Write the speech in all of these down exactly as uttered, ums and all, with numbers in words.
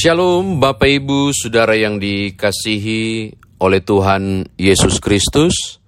Shalom Bapak Ibu Saudara yang dikasihi oleh Tuhan Yesus Kristus.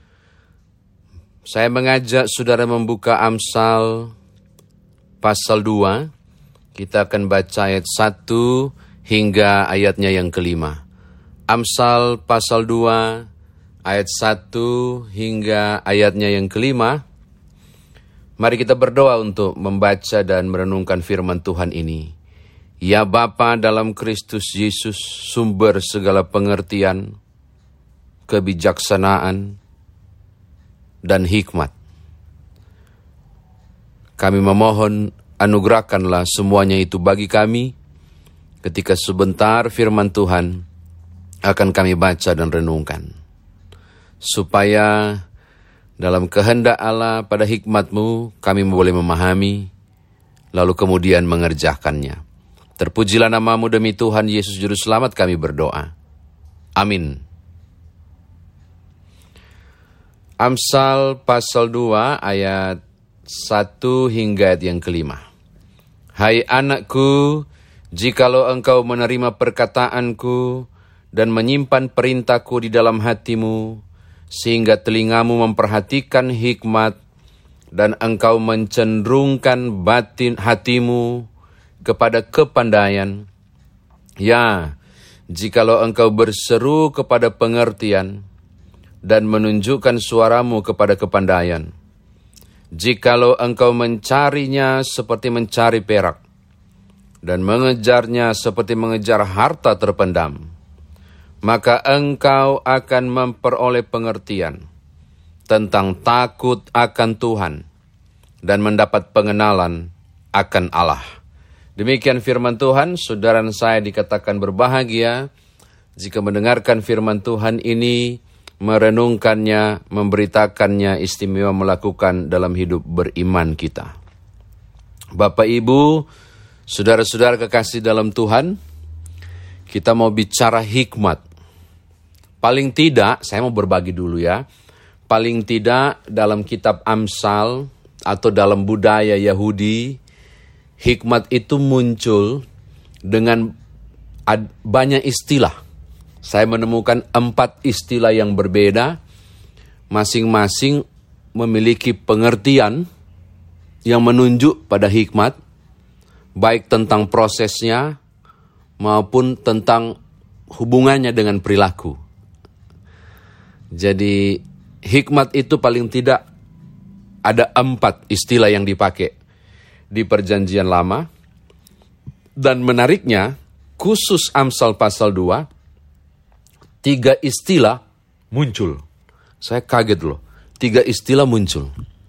Saya mengajak saudara membuka Amsal pasal dua. Kita akan baca ayat satu hingga ayatnya yang kelima. Amsal pasal dua ayat satu hingga ayatnya yang kelima. Mari kita berdoa untuk membaca dan merenungkan firman Tuhan ini. Ya Bapa dalam Kristus Yesus, sumber segala pengertian, kebijaksanaan, dan hikmat. Kami memohon anugerahkanlah semuanya itu bagi kami, ketika sebentar firman Tuhan akan kami baca dan renungkan. Supaya dalam kehendak Allah pada hikmat-Mu kami boleh memahami, lalu kemudian mengerjakannya. Terpujilah nama-Mu demi Tuhan Yesus Juru Selamat kami berdoa. Amin. Amsal pasal dua ayat satu hingga ayat yang kelima. Hai anakku, jikalau engkau menerima perkataanku dan menyimpan perintahku di dalam hatimu, sehingga telingamu memperhatikan hikmat dan engkau mencenderungkan batin hatimu kepada kepandaian. Ya, jikalau engkau berseru kepada pengertian dan menunjukkan suaramu kepada kepandaian. Jikalau engkau mencarinya seperti mencari perak dan mengejarnya seperti mengejar harta terpendam, maka engkau akan memperoleh pengertian tentang takut akan Tuhan dan mendapat pengenalan akan Allah. Demikian firman Tuhan. Saudara saya dikatakan berbahagia jika mendengarkan firman Tuhan ini, merenungkannya, memberitakannya, istimewa melakukan dalam hidup beriman kita. Bapak Ibu, saudara-saudara kekasih dalam Tuhan, kita mau bicara hikmat. Paling tidak, saya mau berbagi dulu ya, paling tidak dalam kitab Amsal atau dalam budaya Yahudi, hikmat itu muncul dengan ad, banyak istilah. Saya menemukan empat istilah yang berbeda, masing-masing memiliki pengertian yang menunjuk pada hikmat, baik tentang prosesnya maupun tentang hubungannya dengan perilaku. Jadi hikmat itu paling tidak ada empat istilah yang dipakai di Perjanjian Lama. Dan menariknya, khusus Amsal pasal dua, tiga istilah muncul. Saya kaget loh, tiga istilah muncul.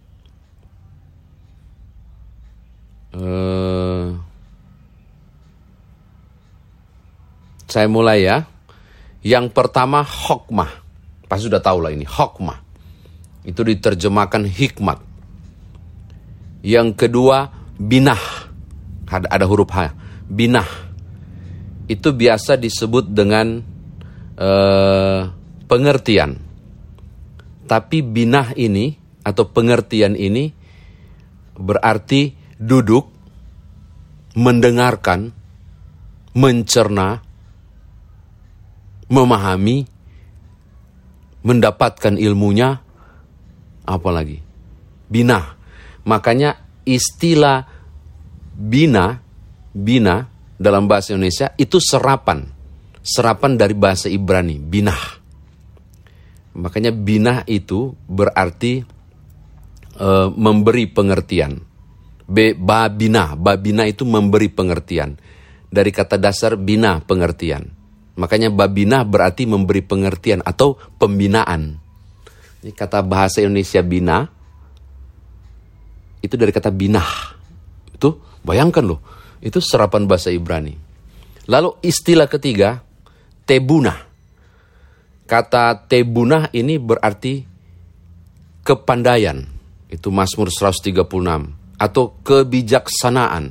Uh, saya mulai ya. Yang pertama hokmah. Pasti sudah tahu lah ini, hokmah. Itu diterjemahkan hikmat. Yang kedua binah, ada, ada huruf H, binah. Itu biasa disebut dengan uh, pengertian. Tapi binah ini atau pengertian ini berarti duduk, mendengarkan, mencerna, memahami, mendapatkan ilmunya, apalagi binah. Makanya istilah bina, bina dalam bahasa Indonesia itu serapan. Serapan dari bahasa Ibrani, binah. Makanya binah itu berarti e, memberi pengertian. Be, babina, babina itu memberi pengertian. Dari kata dasar bina, pengertian. Makanya babina berarti memberi pengertian atau pembinaan. Ini kata bahasa Indonesia bina, itu dari kata binah. Itu bayangkan loh, itu serapan bahasa Ibrani. Lalu istilah ketiga, tebunah. Kata tebunah ini berarti kepandaian. Itu Mazmur seratus tiga puluh enam. Atau kebijaksanaan.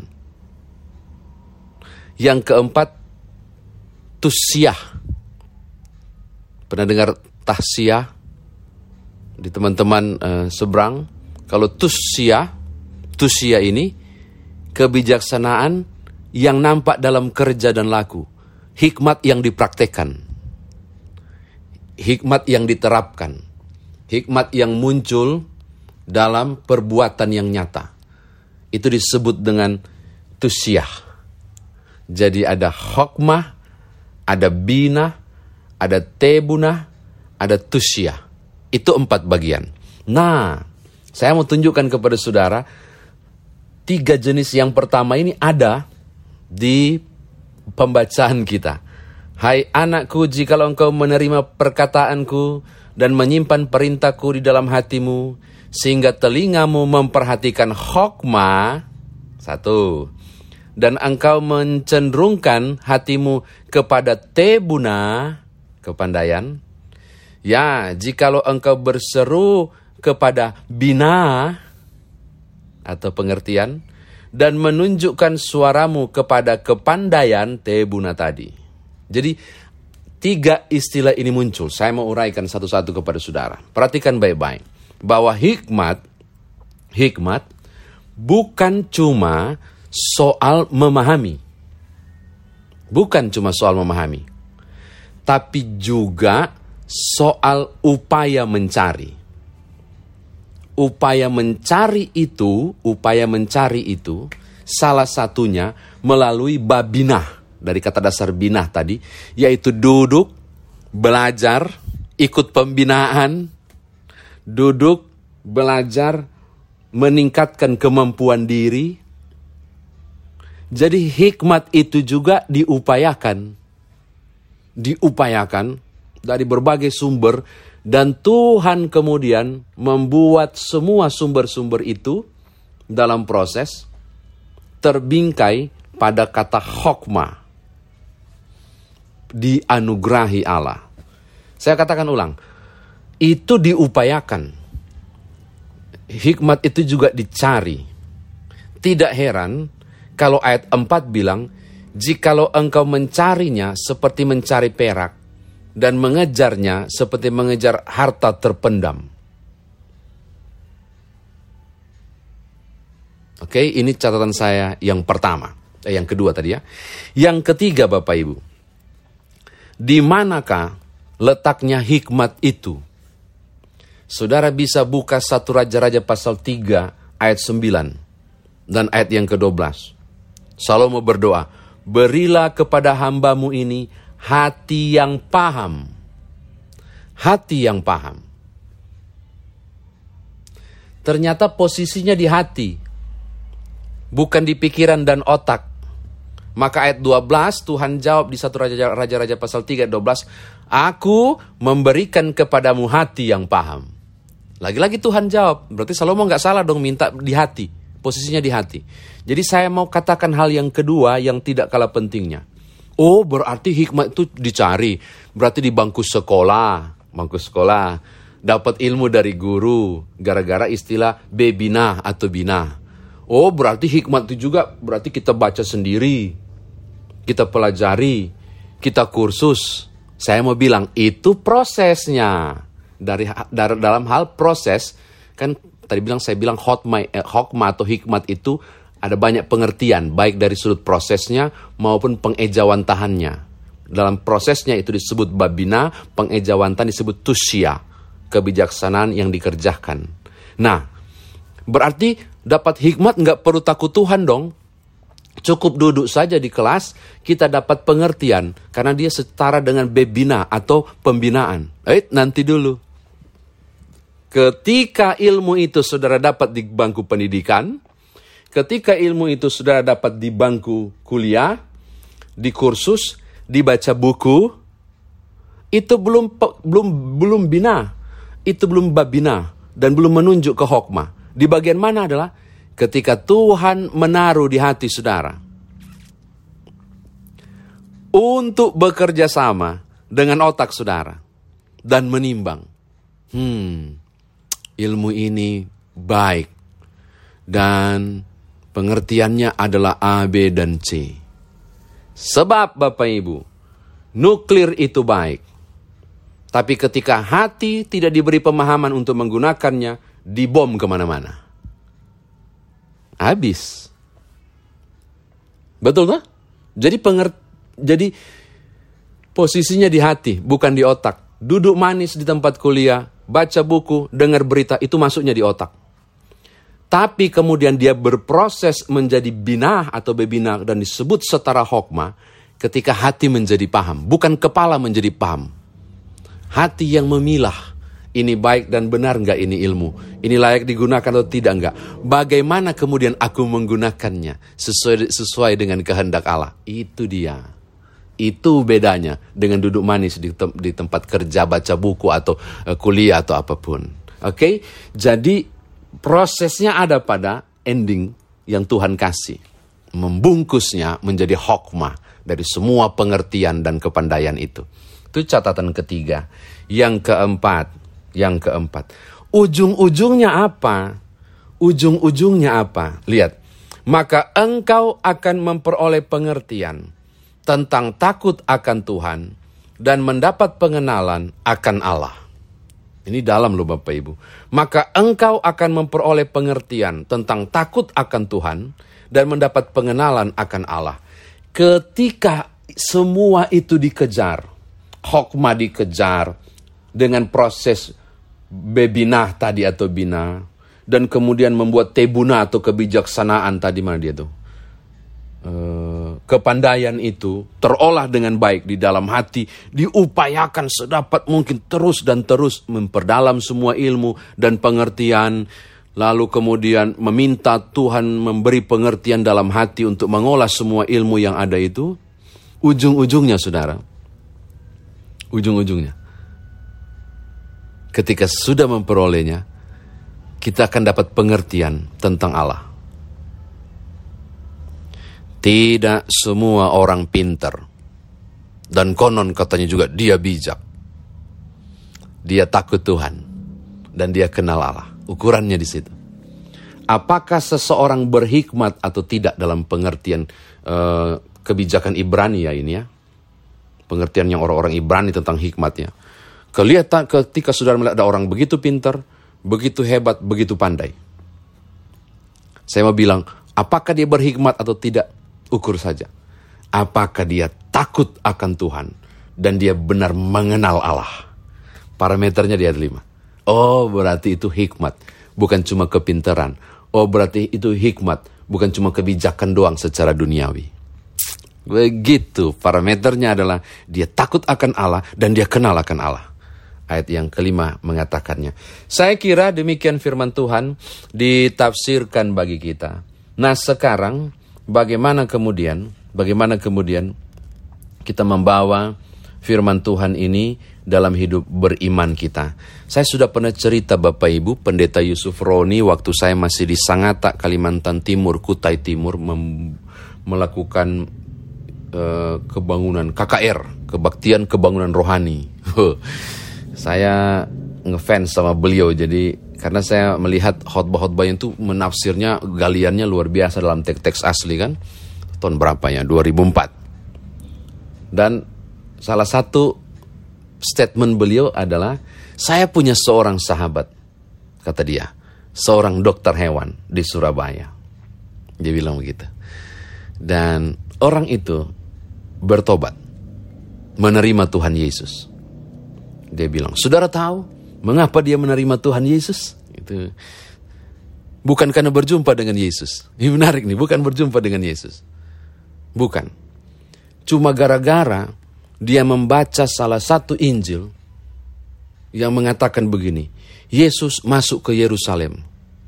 Yang keempat, tusyah. Pernah dengar tahsiah di teman-teman uh, seberang? Kalau tusyah, tusyah ini kebijaksanaan yang nampak dalam kerja dan laku. Hikmat yang dipraktekkan. Hikmat yang diterapkan. Hikmat yang muncul dalam perbuatan yang nyata. Itu disebut dengan tusyah. Jadi ada hokmah, ada binah, ada tebunah, ada tusyah. Itu empat bagian. Nah, saya mau tunjukkan kepada saudara, tiga jenis yang pertama ini ada di pembacaan kita. Hai anakku, jikalau engkau menerima perkataanku dan menyimpan perintahku di dalam hatimu, sehingga telingamu memperhatikan hokmah, satu, dan engkau mencenderungkan hatimu kepada tebuna, kepandaian. Ya, jikalau engkau berseru kepada bina, atau pengertian, dan menunjukkan suaramu kepada kepandaian, tebuna tadi. Jadi, tiga istilah ini muncul. Saya mau uraikan satu-satu kepada saudara. Perhatikan baik-baik. Bahwa hikmat, hikmat bukan cuma soal memahami. Bukan cuma soal memahami. Tapi juga soal upaya mencari. Upaya mencari itu, upaya mencari itu, salah satunya melalui babinah, dari kata dasar binah tadi, yaitu duduk, belajar, ikut pembinaan, duduk, belajar, meningkatkan kemampuan diri. Jadi hikmat itu juga diupayakan. Diupayakan dari berbagai sumber, dan Tuhan kemudian membuat semua sumber-sumber itu dalam proses terbingkai pada kata hokmah, dianugerahi Allah. Saya katakan ulang, itu diupayakan. Hikmat itu juga dicari. Tidak heran kalau ayat empat bilang, jikalau engkau mencarinya seperti mencari perak, dan mengejarnya seperti mengejar harta terpendam. Oke, ini catatan saya yang pertama. Eh, yang kedua tadi ya. Yang ketiga Bapak Ibu. Di manakah letaknya hikmat itu? Saudara bisa buka satu Raja-Raja pasal tiga ayat sembilan dan ayat yang kedua belas. Salomo berdoa, berilah kepada hambamu ini hati yang paham. Hati yang paham. Ternyata posisinya di hati, bukan di pikiran dan otak. Maka ayat dua belas Tuhan jawab di satu Raja-Raja pasal tiga ayat dua belas, aku memberikan kepadamu hati yang paham. Lagi-lagi Tuhan jawab, berarti Salomo gak salah dong minta di hati, posisinya di hati. Jadi saya mau katakan hal yang kedua yang tidak kalah pentingnya. Oh, berarti hikmat itu dicari. Berarti di bangku sekolah, bangku sekolah, dapat ilmu dari guru, gara-gara istilah bebinah atau binah. Oh, berarti hikmat itu juga berarti kita baca sendiri, kita pelajari, kita kursus. Saya mau bilang itu prosesnya. Dari, dari dalam hal proses, kan tadi bilang saya bilang hokmah, eh, hokmah atau hikmat itu ada banyak pengertian, baik dari sudut prosesnya maupun pengejawantahannya. Dalam prosesnya itu disebut babina, pengejawantahan disebut tusyah, kebijaksanaan yang dikerjakan. Nah, berarti dapat hikmat nggak perlu takut Tuhan dong. Cukup duduk saja di kelas, kita dapat pengertian, karena dia setara dengan bebina atau pembinaan. Eh, nanti dulu. Ketika ilmu itu saudara dapat di bangku pendidikan, ketika ilmu itu saudara dapat di bangku kuliah, di kursus, dibaca buku, itu belum belum belum bina, itu belum babina dan belum menunjuk ke hokmah. Di bagian mana adalah ketika Tuhan menaruh di hati saudara untuk bekerja sama dengan otak saudara dan menimbang. Hmm, ilmu ini baik dan pengertiannya adalah A, B, dan C. Sebab Bapak Ibu, nuklir itu baik. Tapi ketika hati tidak diberi pemahaman untuk menggunakannya, dibom kemana-mana. Habis. Betul tak? Jadi pengert, jadi posisinya di hati, bukan di otak. Duduk manis di tempat kuliah, baca buku, dengar berita, itu masuknya di otak. Tapi kemudian dia berproses menjadi binah atau bebinah dan disebut setara hokmah ketika hati menjadi paham. Bukan kepala menjadi paham. Hati yang memilah. Ini baik dan benar enggak ini ilmu? Ini layak digunakan atau tidak enggak? Bagaimana kemudian aku menggunakannya sesuai, sesuai dengan kehendak Allah? Itu dia. Itu bedanya dengan duduk manis di, tem- di tempat kerja, baca buku atau uh, kuliah atau apapun. Oke? Okay? Jadi prosesnya ada pada ending yang Tuhan kasih. Membungkusnya menjadi hokmah dari semua pengertian dan kepandaian itu. Itu catatan ketiga. Yang keempat. Yang keempat, ujung-ujungnya apa? Ujung-ujungnya apa? Lihat, maka engkau akan memperoleh pengertian tentang takut akan Tuhan dan mendapat pengenalan akan Allah. Ini dalam loh Bapak Ibu. Maka engkau akan memperoleh pengertian tentang takut akan Tuhan dan mendapat pengenalan akan Allah. Ketika semua itu dikejar, hokmah dikejar dengan proses bebinah tadi atau bina, dan kemudian membuat tebuna atau kebijaksanaan tadi mana dia tuh, e, kepandaian itu terolah dengan baik di dalam hati, diupayakan sedapat mungkin terus dan terus memperdalam semua ilmu dan pengertian, lalu kemudian meminta Tuhan memberi pengertian dalam hati untuk mengolah semua ilmu yang ada itu. Ujung-ujungnya saudara, ujung-ujungnya ketika sudah memperolehnya, kita akan dapat pengertian tentang Allah. Tidak semua orang pintar. Dan konon katanya juga dia bijak. Dia takut Tuhan. Dan dia kenal Allah. Ukurannya di situ. Apakah seseorang berhikmat atau tidak dalam pengertian uh, kebijakan Ibrani ya ini ya. Pengertian yang orang-orang Ibrani tentang hikmatnya. Kelihatan ketika saudara melihat ada orang begitu pintar, begitu hebat, begitu pandai. Saya mau bilang, apakah dia berhikmat atau tidak? Ukur saja. Apakah dia takut akan Tuhan dan dia benar mengenal Allah? Parameternya di ayat lima. Oh, berarti itu hikmat, bukan cuma kepintaran. Oh, berarti itu hikmat, bukan cuma kebijakan doang secara duniawi. Begitu, parameternya adalah dia takut akan Allah dan dia kenal akan Allah. Ayat yang kelima mengatakannya. Saya kira demikian firman Tuhan ditafsirkan bagi kita. Nah sekarang bagaimana kemudian, bagaimana kemudian kita membawa firman Tuhan ini dalam hidup beriman kita. Saya sudah pernah cerita Bapak Ibu, Pendeta Yusuf Roni waktu saya masih di Sangatta, Kalimantan Timur, Kutai Timur, mem- melakukan uh, kebangunan K K R, kebaktian kebangunan rohani. Saya ngefans sama beliau, jadi karena saya melihat khotbah-khotbahnya itu menafsirnya, galiannya luar biasa dalam teks-teks asli kan. Tahun berapa ya? dua ribu empat. Dan salah satu statement beliau adalah, saya punya seorang sahabat, kata dia, seorang dokter hewan di Surabaya. Dia bilang begitu. Dan orang itu bertobat, menerima Tuhan Yesus. Dia bilang, saudara tahu mengapa dia menerima Tuhan Yesus? Itu bukan karena berjumpa dengan Yesus. Ini menarik nih, bukan berjumpa dengan Yesus. Bukan. Cuma gara-gara dia membaca salah satu Injil yang mengatakan begini, Yesus masuk ke Yerusalem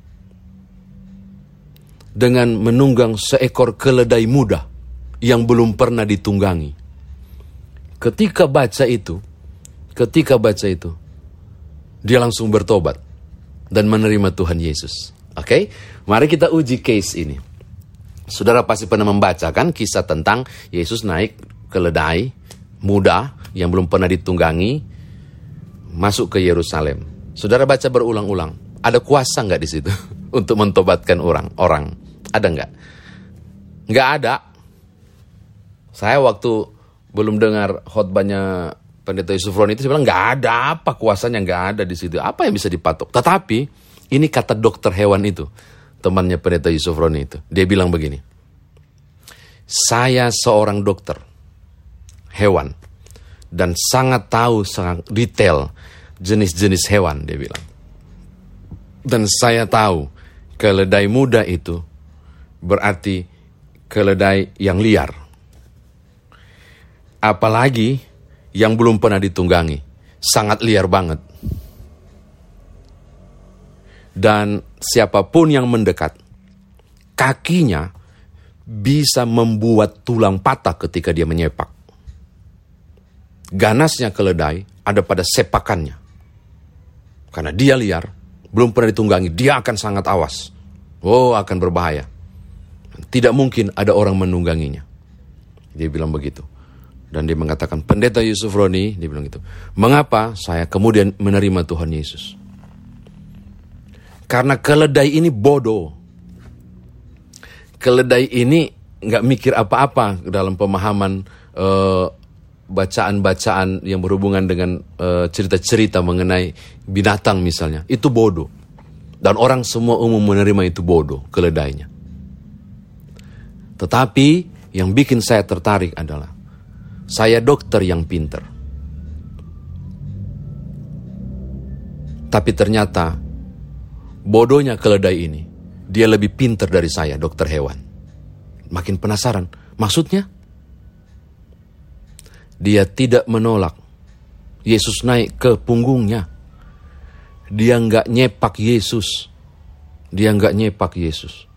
dengan menunggang seekor keledai muda yang belum pernah ditunggangi. Ketika baca itu, Ketika baca itu, dia langsung bertobat dan menerima Tuhan Yesus. Oke, okay? Mari kita uji case ini. Saudara pasti pernah membaca kan kisah tentang Yesus naik keledai muda yang belum pernah ditunggangi, masuk ke Yerusalem. Saudara baca berulang-ulang. Ada kuasa nggak di situ untuk mentobatkan orang? Orang ada nggak? Nggak ada. Saya waktu belum dengar khotbahnya Pendeta Yusuf Roni itu, saya bilang nggak ada apa kuasanya, nggak ada di situ. Apa yang bisa dipatok? Tetapi ini kata dokter hewan itu, temannya Pendeta Yusuf Roni itu. Dia bilang begini, Saya seorang dokter hewan dan sangat tahu sangat detail jenis-jenis hewan, dia bilang. Dan saya tahu keledai muda itu berarti keledai yang liar. Apalagi yang belum pernah ditunggangi, sangat liar banget. Dan siapapun yang mendekat, kakinya bisa membuat tulang patah ketika dia menyepak. Ganasnya keledai ada pada sepakannya. Karena dia liar, belum pernah ditunggangi, dia akan sangat awas. Oh, akan berbahaya. Tidak mungkin ada orang menungganginya. Dia bilang begitu. Dan dia mengatakan, Pendeta Yusuf Roni, dia bilang gitu, mengapa saya kemudian menerima Tuhan Yesus? Karena keledai ini bodoh. Keledai ini nggak mikir apa-apa dalam pemahaman uh, bacaan-bacaan yang berhubungan dengan uh, cerita-cerita mengenai binatang misalnya. Itu bodoh. Dan orang semua umum menerima itu bodoh, keledainya. Tetapi yang bikin saya tertarik adalah saya dokter yang pinter. Tapi ternyata bodohnya keledai ini, dia lebih pinter dari saya, dokter hewan. Makin penasaran, maksudnya? Dia tidak menolak Yesus naik ke punggungnya. Dia nggak nyepak Yesus. Dia nggak nyepak Yesus.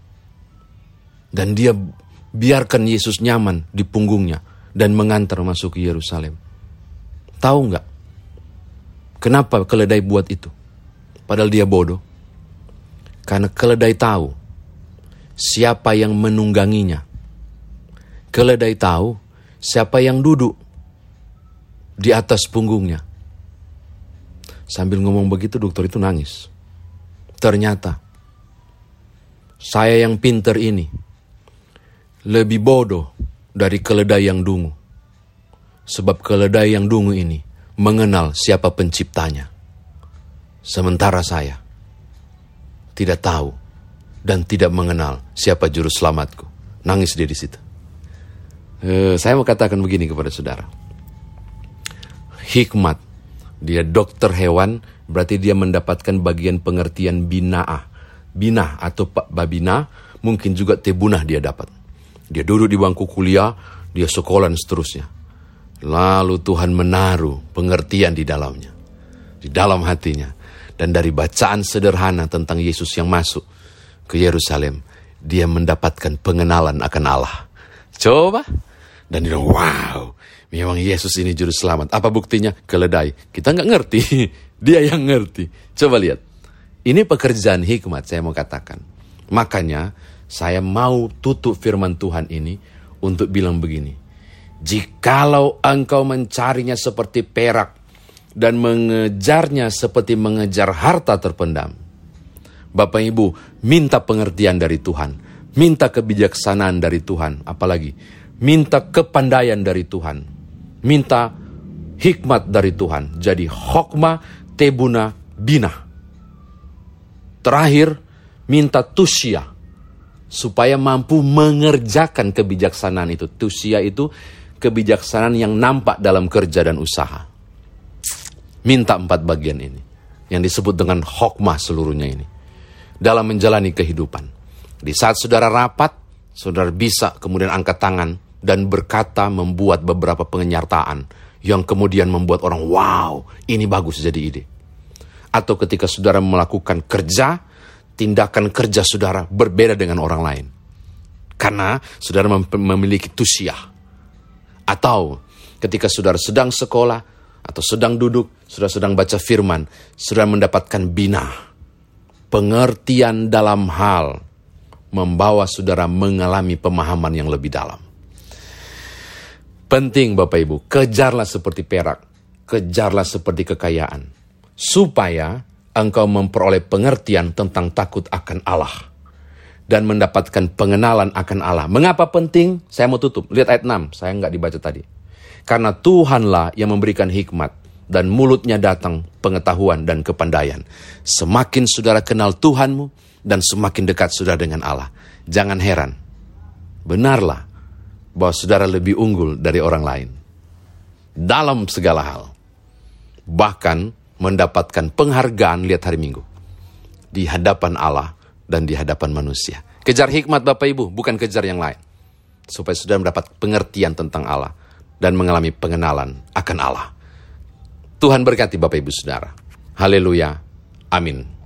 Dan dia biarkan Yesus nyaman di punggungnya dan mengantar masuk ke Yerusalem. Tahu nggak? Kenapa keledai buat itu? Padahal dia bodoh. Karena keledai tahu siapa yang menungganginya. Keledai tahu siapa yang duduk di atas punggungnya. Sambil ngomong begitu, dokter itu nangis. Ternyata saya yang pinter ini lebih bodoh dari keledai yang dungu. Sebab keledai yang dungu ini mengenal siapa penciptanya. Sementara saya tidak tahu dan tidak mengenal siapa juru selamatku. Nangis dia di situ. Uh, saya mau katakan begini kepada saudara. Hikmat, dia dokter hewan, berarti dia mendapatkan bagian pengertian bina'ah. Binah atau babina, mungkin juga tebunah dia dapat. Dia duduk di bangku kuliah, dia sekolah dan seterusnya. Lalu Tuhan menaruh pengertian di dalamnya, di dalam hatinya. Dan dari bacaan sederhana tentang Yesus yang masuk ke Yerusalem, dia mendapatkan pengenalan akan Allah. Coba. Dan dia bilang, wow, memang Yesus ini juru selamat. Apa buktinya? Keledai. Kita nggak ngerti. Dia yang ngerti. Coba lihat. Ini pekerjaan hikmat, saya mau katakan. Makanya, saya mau tutup firman Tuhan ini untuk bilang begini. Jikalau engkau mencarinya seperti perak dan mengejarnya seperti mengejar harta terpendam. Bapak Ibu, minta pengertian dari Tuhan. Minta kebijaksanaan dari Tuhan. Apalagi, minta kepandaian dari Tuhan. Minta hikmat dari Tuhan. Jadi, hokma, tebuna, bina. Terakhir, minta tusia. Supaya mampu mengerjakan kebijaksanaan itu. Tusia itu kebijaksanaan yang nampak dalam kerja dan usaha. Minta empat bagian ini. Yang disebut dengan hokmah seluruhnya ini. Dalam menjalani kehidupan. Di saat saudara rapat, saudara bisa kemudian angkat tangan dan berkata membuat beberapa pengenyartaan. Yang kemudian membuat orang, wow, ini bagus jadi ide. Atau ketika saudara melakukan kerja, tindakan kerja saudara berbeda dengan orang lain. Karena saudara mem- memiliki tusiah. Atau ketika saudara sedang sekolah, atau sedang duduk, saudara sedang baca firman, saudara mendapatkan bina. Pengertian dalam hal membawa saudara mengalami pemahaman yang lebih dalam. Penting Bapak Ibu, kejarlah seperti perak, kejarlah seperti kekayaan. Supaya engkau memperoleh pengertian tentang takut akan Allah. Dan mendapatkan pengenalan akan Allah. Mengapa penting? Saya mau tutup. Lihat ayat enam, saya nggak dibaca tadi. Karena Tuhanlah yang memberikan hikmat dan mulutnya datang pengetahuan dan kepandaian. Semakin saudara kenal Tuhanmu dan semakin dekat saudara dengan Allah. Jangan heran. Benarlah bahwa saudara lebih unggul dari orang lain. Dalam segala hal. Bahkan mendapatkan penghargaan, lihat hari Minggu. Di hadapan Allah dan di hadapan manusia. Kejar hikmat Bapak Ibu, bukan kejar yang lain. Supaya saudara mendapat pengertian tentang Allah dan mengalami pengenalan akan Allah. Tuhan berkati Bapak Ibu Saudara. Haleluya. Amin.